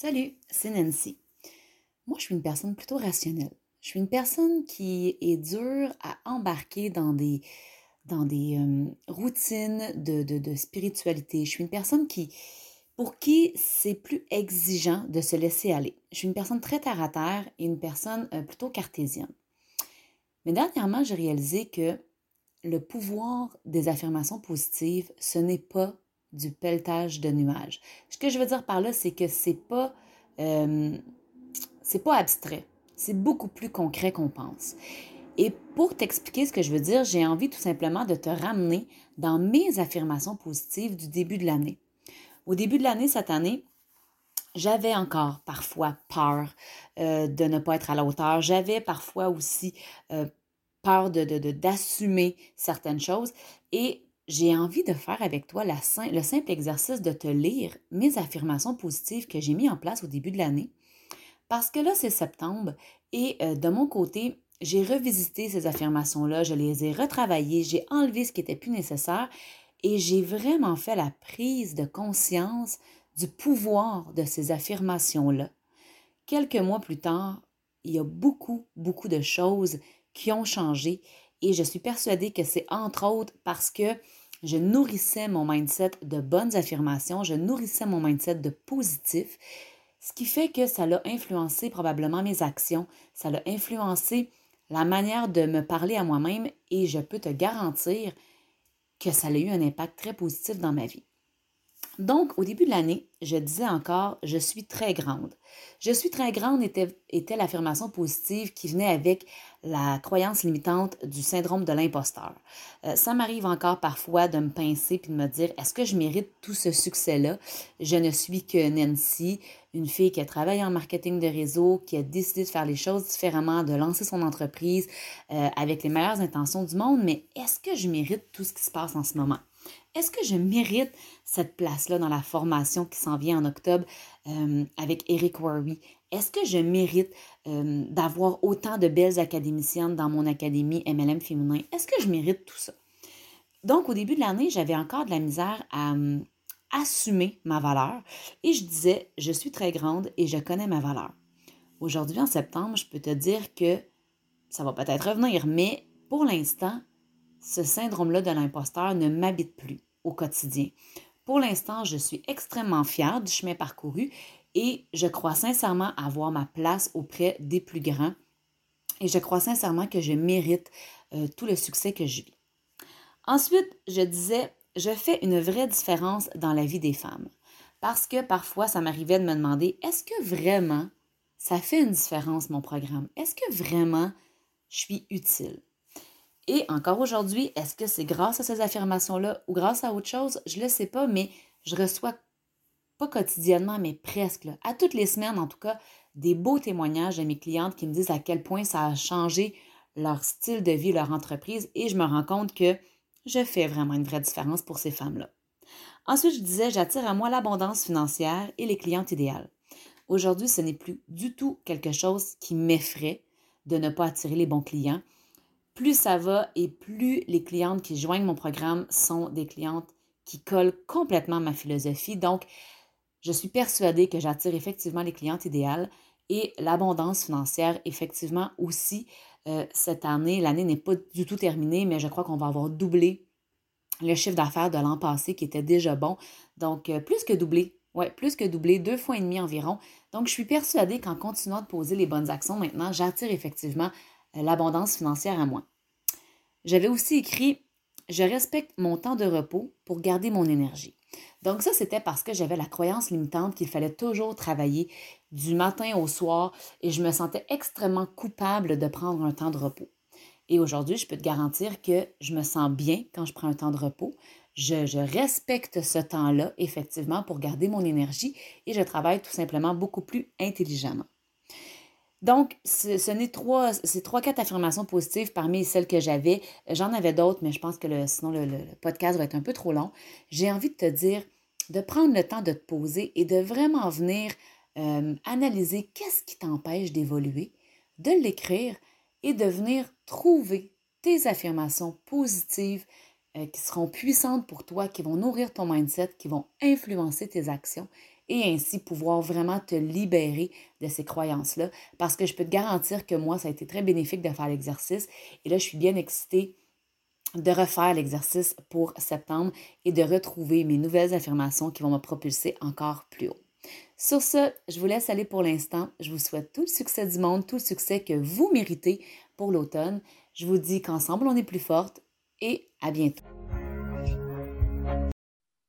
Salut, c'est Nancy. Moi, je suis une personne plutôt rationnelle. Je suis une personne qui est dure à embarquer dans des routines de spiritualité. Je suis une personne pour qui c'est plus exigeant de se laisser aller. Je suis une personne très terre à terre et une personne plutôt cartésienne. Mais dernièrement, j'ai réalisé que le pouvoir des affirmations positives, ce n'est pas du pelletage de nuages. Ce que je veux dire par là, c'est que euh, c'est pas abstrait. C'est beaucoup plus concret qu'on pense. Et pour t'expliquer ce que je veux dire, j'ai envie tout simplement de te ramener dans mes affirmations positives du début de l'année. Au début de l'année, cette année, j'avais encore parfois peur de ne pas être à la hauteur. J'avais parfois aussi peur d'assumer certaines choses. Et j'ai envie de faire avec toi le simple exercice de te lire mes affirmations positives que j'ai mis en place au début de l'année. Parce que là, c'est septembre et de mon côté, j'ai revisité ces affirmations-là, je les ai retravaillées, j'ai enlevé ce qui était plus nécessaire et j'ai vraiment fait la prise de conscience du pouvoir de ces affirmations-là. Quelques mois plus tard, il y a beaucoup, beaucoup de choses qui ont changé et je suis persuadée que c'est entre autres parce que je nourrissais mon mindset de bonnes affirmations, je nourrissais mon mindset de positif, ce qui fait que ça l'a influencé probablement mes actions, ça l'a influencé la manière de me parler à moi-même et je peux te garantir que ça a eu un impact très positif dans ma vie. Donc, au début de l'année, je disais encore, je suis très grande. Je suis très grande était l'affirmation positive qui venait avec la croyance limitante du syndrome de l'imposteur. Ça m'arrive encore parfois de me pincer puis de me dire, est-ce que je mérite tout ce succès-là? Je ne suis que Nancy, une fille qui a travaillé en marketing de réseau, qui a décidé de faire les choses différemment, de lancer son entreprise avec les meilleures intentions du monde, mais est-ce que je mérite tout ce qui se passe en ce moment? Est-ce que je mérite cette place-là dans la formation qui s'en vient en octobre avec Eric Worre? Est-ce que je mérite d'avoir autant de belles académiciennes dans mon académie MLM féminin? Est-ce que je mérite tout ça? Donc, au début de l'année, j'avais encore de la misère à assumer ma valeur et je disais, je suis très grande et je connais ma valeur. Aujourd'hui, en septembre, je peux te dire que ça va peut-être revenir, mais pour l'instant, ce syndrome-là de l'imposteur ne m'habite plus au quotidien. Pour l'instant, je suis extrêmement fière du chemin parcouru et je crois sincèrement avoir ma place auprès des plus grands et je crois sincèrement que je mérite tout le succès que je vis. Ensuite, je disais, je fais une vraie différence dans la vie des femmes parce que parfois, ça m'arrivait de me demander, est-ce que vraiment ça fait une différence mon programme? Est-ce que vraiment je suis utile? Et encore aujourd'hui, est-ce que c'est grâce à ces affirmations-là ou grâce à autre chose? Je ne le sais pas, mais je reçois, pas quotidiennement, mais presque, là, à toutes les semaines en tout cas, des beaux témoignages de mes clientes qui me disent à quel point ça a changé leur style de vie, leur entreprise, et je me rends compte que je fais vraiment une vraie différence pour ces femmes-là. Ensuite, je disais, j'attire à moi l'abondance financière et les clientes idéales. Aujourd'hui, ce n'est plus du tout quelque chose qui m'effraie de ne pas attirer les bons clients. Plus ça va et plus les clientes qui joignent mon programme sont des clientes qui collent complètement à ma philosophie. Donc, je suis persuadée que j'attire effectivement les clientes idéales et l'abondance financière, effectivement aussi, cette année. L'année n'est pas du tout terminée, mais je crois qu'on va avoir doublé le chiffre d'affaires de l'an passé qui était déjà bon. Donc, plus que doublé. Oui, plus que doublé, 2 fois et demi environ. Donc, je suis persuadée qu'en continuant de poser les bonnes actions maintenant, j'attire effectivement l'abondance financière à moi. J'avais aussi écrit je respecte mon temps de repos pour garder mon énergie. Donc ça, c'était parce que j'avais la croyance limitante qu'il fallait toujours travailler du matin au soir et je me sentais extrêmement coupable de prendre un temps de repos. Et aujourd'hui, je peux te garantir que je me sens bien quand je prends un temps de repos. Je respecte ce temps-là, effectivement, pour garder mon énergie et je travaille tout simplement beaucoup plus intelligemment. Donc, c'est trois, quatre affirmations positives parmi celles que j'avais. J'en avais d'autres, mais je pense que sinon le podcast va être un peu trop long. J'ai envie de te dire de prendre le temps de te poser et de vraiment venir analyser qu'est-ce qui t'empêche d'évoluer, de l'écrire et de venir trouver tes affirmations positives qui seront puissantes pour toi, qui vont nourrir ton mindset, qui vont influencer tes actions et ainsi pouvoir vraiment te libérer de ces croyances-là. Parce que je peux te garantir que moi, ça a été très bénéfique de faire l'exercice et là, je suis bien excitée de refaire l'exercice pour septembre et de retrouver mes nouvelles affirmations qui vont me propulser encore plus haut. Sur ce, je vous laisse aller pour l'instant. Je vous souhaite tout le succès du monde, tout le succès que vous méritez pour l'automne. Je vous dis qu'ensemble, on est plus forte et à bientôt.